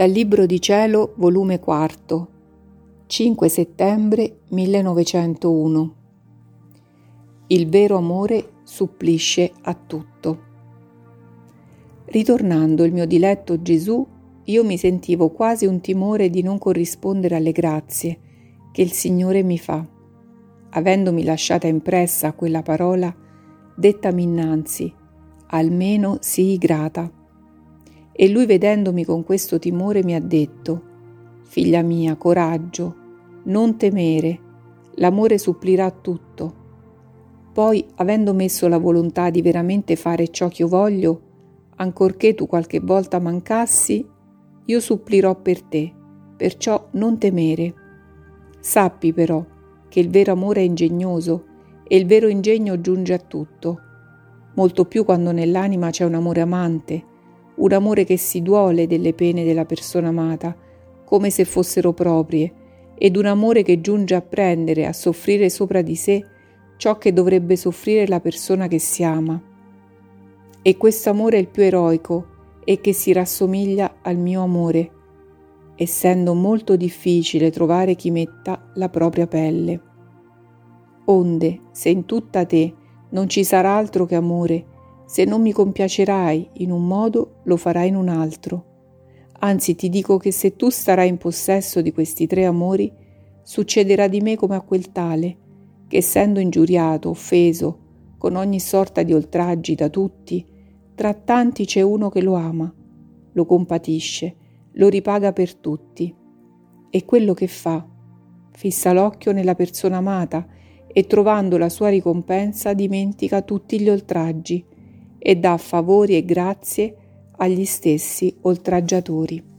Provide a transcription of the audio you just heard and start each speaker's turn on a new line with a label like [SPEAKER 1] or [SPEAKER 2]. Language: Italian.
[SPEAKER 1] Dal Libro di Cielo, volume 4, 5 settembre 1901. Il vero amore supplisce a tutto. Ritornando il mio diletto Gesù, io mi sentivo quasi un timore di non corrispondere alle grazie che il Signore mi fa. Avendomi lasciata impressa a quella parola, dettami innanzi, almeno sii grata. E lui, vedendomi con questo timore, mi ha detto: figlia mia, coraggio, non temere, l'amore supplirà tutto. Poi, avendo messo la volontà di veramente fare ciò che io voglio, ancorché tu qualche volta mancassi, io supplirò per te, perciò non temere. Sappi però che il vero amore è ingegnoso e il vero ingegno giunge a tutto, molto più quando nell'anima c'è un amore amante, un amore che si duole delle pene della persona amata, come se fossero proprie, ed un amore che giunge a prendere, a soffrire sopra di sé ciò che dovrebbe soffrire la persona che si ama. E questo amore è il più eroico e che si rassomiglia al mio amore, essendo molto difficile trovare chi metta la propria pelle. Onde, se in tutta te non ci sarà altro che amore, se non mi compiacerai in un modo, lo farai in un altro. Anzi, ti dico che se tu starai in possesso di questi tre amori, succederà di me come a quel tale, che essendo ingiuriato, offeso, con ogni sorta di oltraggi da tutti, tra tanti c'è uno che lo ama, lo compatisce, lo ripaga per tutti. E quello che fa? Fissa l'occhio nella persona amata e trovando la sua ricompensa dimentica tutti gli oltraggi e dà favori e grazie agli stessi oltraggiatori.